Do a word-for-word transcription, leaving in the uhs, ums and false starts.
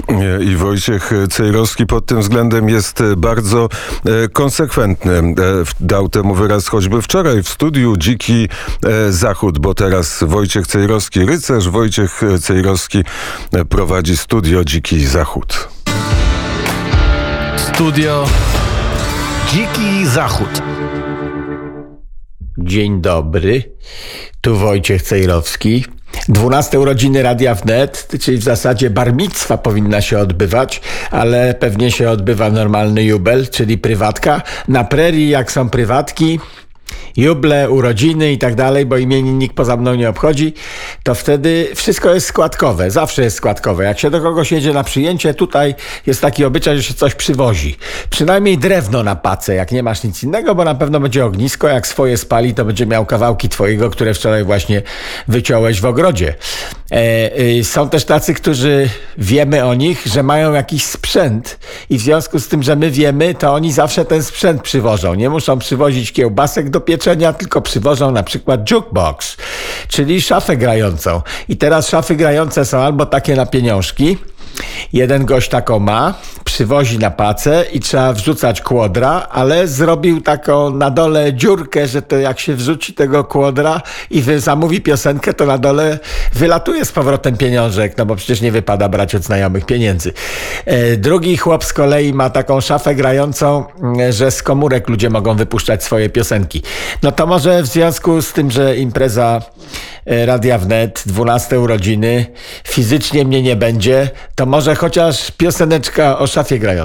I Wojciech Cejrowski pod tym względem jest bardzo konsekwentny. Dał temu wyraz choćby wczoraj w studiu Dziki Zachód, bo teraz Wojciech Cejrowski rycerz, Wojciech Cejrowski prowadzi studio Dziki Zachód. Studio Dziki Zachód. Dzień dobry, tu Wojciech Cejrowski. Dwunaste urodziny Radia Wnet, czyli w zasadzie bar micwa powinna się odbywać, ale pewnie się odbywa normalny jubel, czyli prywatka. Na prerii, jak są prywatki, juble, urodziny i tak dalej, bo imienin nikt poza mną nie obchodzi, to wtedy wszystko jest składkowe, zawsze jest składkowe. Jak się do kogoś jedzie na przyjęcie, tutaj jest taki obyczaj, że się coś przywozi. Przynajmniej drewno na pacę, jak nie masz nic innego, bo na pewno będzie ognisko, jak swoje spali, to będzie miał kawałki twojego, które wczoraj właśnie wyciąłeś w ogrodzie. E, e, są też tacy, którzy wiemy o nich, że mają jakiś sprzęt i w związku z tym, że my wiemy, to oni zawsze ten sprzęt przywożą. Nie muszą przywozić kiełbasek do pieczenia, tylko przywożą na przykład jukebox, czyli szafę grającą. I teraz szafy grające są albo takie na pieniążki, jeden gość taką ma, przywozi na pacę i trzeba wrzucać kłodra, ale zrobił taką na dole dziurkę, że to jak się wrzuci tego kłodra i wy zamówi piosenkę, to na dole wylatuje z powrotem pieniążek, no bo przecież nie wypada brać od znajomych pieniędzy. Drugi chłop z kolei ma taką szafę grającą, że z komórek ludzie mogą wypuszczać swoje piosenki. No to może w związku z tym, że impreza Radia Wnet, dwunaste urodziny, fizycznie mnie nie będzie, to może chociaż pioseneczka o szafie grającej.